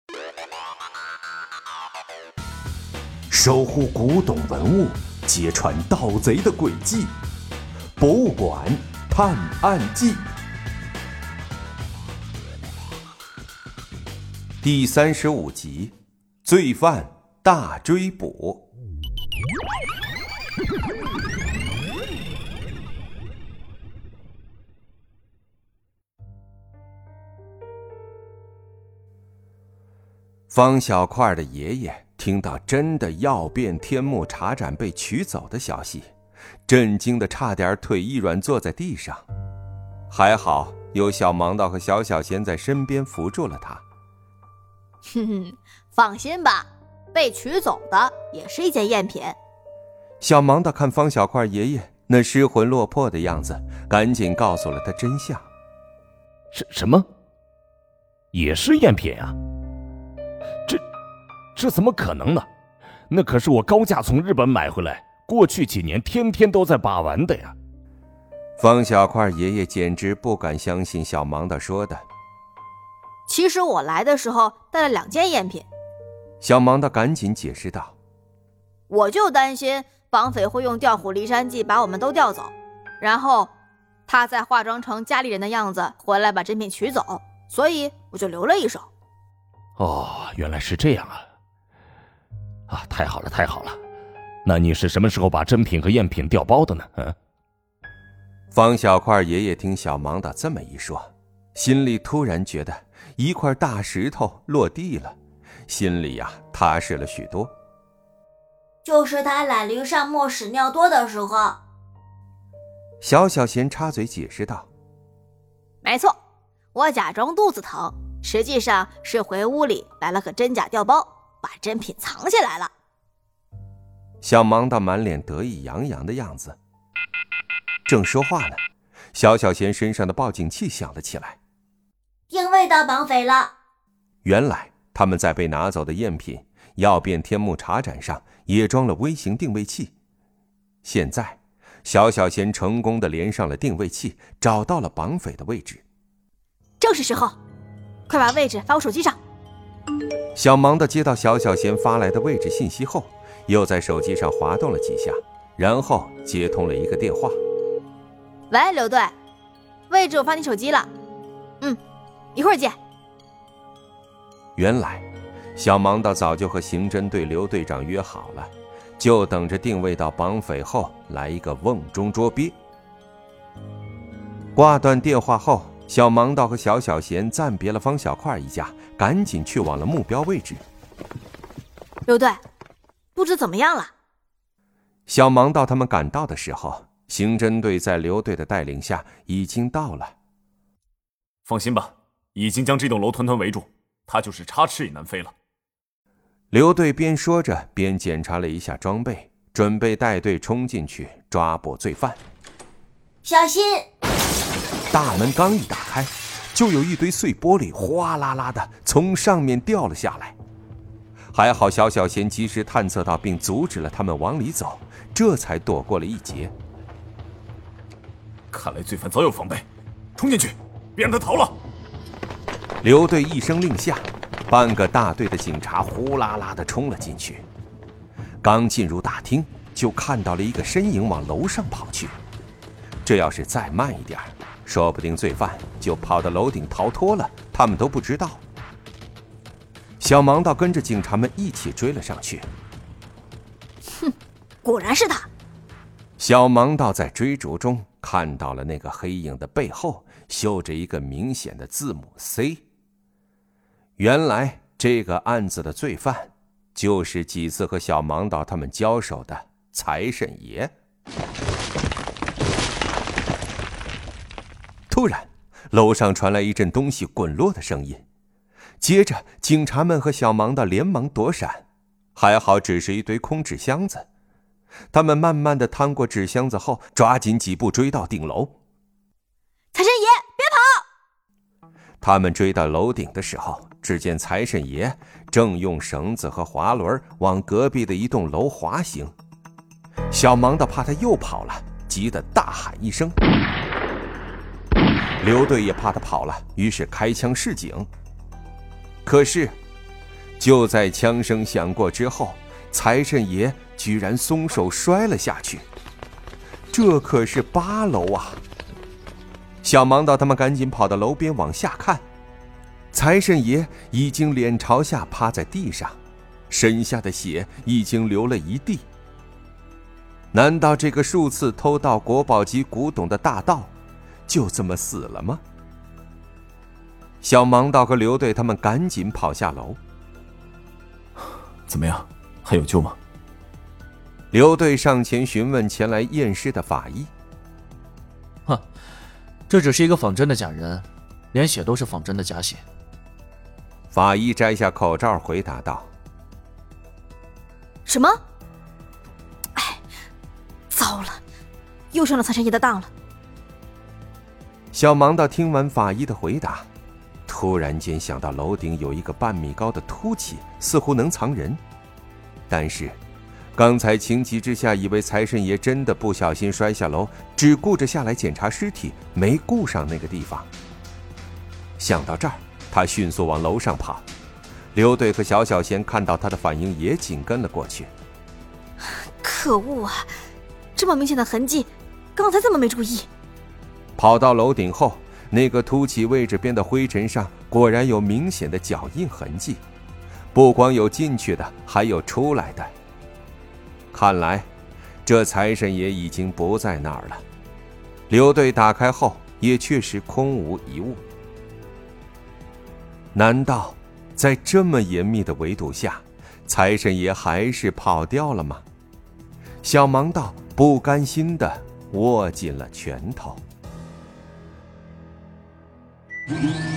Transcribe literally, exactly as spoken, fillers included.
守护古董文物，揭穿盗贼的诡计。博物馆探案记第三十五集：罪犯大追捕。方小块的爷爷听到真的药变天目茶盏被取走的消息，震惊的差点腿一软坐在地上。还好有小盲道和小小贤在身边扶住了他。 哼哼，放心吧，被取走的也是一件赝品。 小盲道看方小块爷爷那失魂落魄的样子，赶紧告诉了他真相。 什什么？也是赝品啊？这这怎么可能呢？那可是我高价从日本买回来，过去几年天天都在把玩的呀。 方小块爷爷简直不敢相信小盲道说的。 其实我来的时候带了两件赝品。 小盲道赶紧解释道， 我就担心绑匪会用调虎离山计把我们都调走，然后他再化妆成家里人的样子回来把真品取走，所以我就留了一手。 哦，原来是这样啊！啊，太好了，太好了！那你是什么时候把真品和赝品调包的呢？嗯。 方小块爷爷听小盲道这么一说，心里突然觉得一块大石头落地了，心里呀、啊、踏实了许多。 就是他懒驴上磨屎尿多的时候。 小小贤插嘴解释道： 没错，我假装肚子疼，实际上是回屋里来了个真假调包，把真品藏起来了。 小盲道满脸得意洋洋的样子。正说话呢，小小贤身上的报警器响了起来。 定位到绑匪了。 原来他们在被拿走的赝品药变天目茶盏上也装了微型定位器。现在小小贤成功地连上了定位器，找到了绑匪的位置。 正是时候，快把位置发我手机上。 小盲道接到小小贤发来的位置信息后，又在手机上滑动了几下，然后接通了一个电话。 喂，刘队，位置我发你手机了。嗯，一会儿见。 原来小盲道早就和刑侦队刘队长约好了，就等着定位到绑匪后来一个瓮中捉鳖。挂断电话后，小盲道和小小贤暂别了方小块一家，赶紧去往了目标位置。 刘队，布置怎么样了？ 小盲道他们赶到的时候，刑侦队在刘队的带领下已经到了。 放心吧，已经将这栋楼团团围住，他就是插翅也难飞了。 刘队边说着边检查了一下装备，准备带队冲进去抓捕罪犯。 小心！ 大门刚一打开，就有一堆碎玻璃哗啦啦的从上面掉了下来。还好小小贤及时探测到并阻止了他们往里走，这才躲过了一劫。 看来罪犯早有防备，冲进去，别让他逃了。 刘队一声令下，半个大队的警察呼啦啦地冲了进去。刚进入大厅，就看到了一个身影往楼上跑去。这要是再慢一点，说不定罪犯就跑到楼顶逃脱了，他们都不知道。小盲道跟着警察们一起追了上去。 哼，果然是他。 小盲道在追逐中看到了那个黑影的背后绣着一个明显的字母 C。 原来这个案子的罪犯就是几次和小盲道他们交手的财神爷。突然楼上传来一阵东西滚落的声音，接着警察们和小盲道连忙躲闪，还好只是一堆空纸箱子。他们慢慢地趟过纸箱子后，抓紧几步追到顶楼。 财神爷，别跑！ 他们追到楼顶的时候，只见财神爷正用绳子和滑轮往隔壁的一栋楼滑行。小盲道怕他又跑了，急得大喊一声。刘队也怕他跑了，于是开枪示警。可是就在枪声响过之后，财神爷居然松手摔了下去。这可是八楼啊！小盲道他们赶紧跑到楼边往下看，财神爷已经脸朝下趴在地上，身下的血已经流了一地。难道这个数次偷盗国宝级古董的大盗就这么死了吗？小盲道和刘队他们赶紧跑下楼。 怎么样，还有救吗？ 刘队上前询问前来验尸的法医。 哼，这只是一个仿真的假人，连血都是仿真的假血。 法医摘下口罩回答道。 什么？哎，糟了，又上了财神爷的当了。 小盲道听完法医的回答，突然间想到楼顶有一个半米高的凸起，似乎能藏人。但是刚才情急之下以为财神爷真的不小心摔下楼，只顾着下来检查尸体，没顾上那个地方。想到这儿，他迅速往楼上跑。刘队和小小贤看到他的反应，也紧跟了过去。 可恶啊，这么明显的痕迹，刚才这么没注意。 跑到楼顶后，那个凸起位置边的灰尘上果然有明显的脚印痕迹，不光有进去的，还有出来的。看来这财神爷已经不在那儿了。刘队打开后也确实空无一物。难道在这么严密的围堵下，财神爷还是跑掉了吗？小盲道不甘心地握紧了拳头。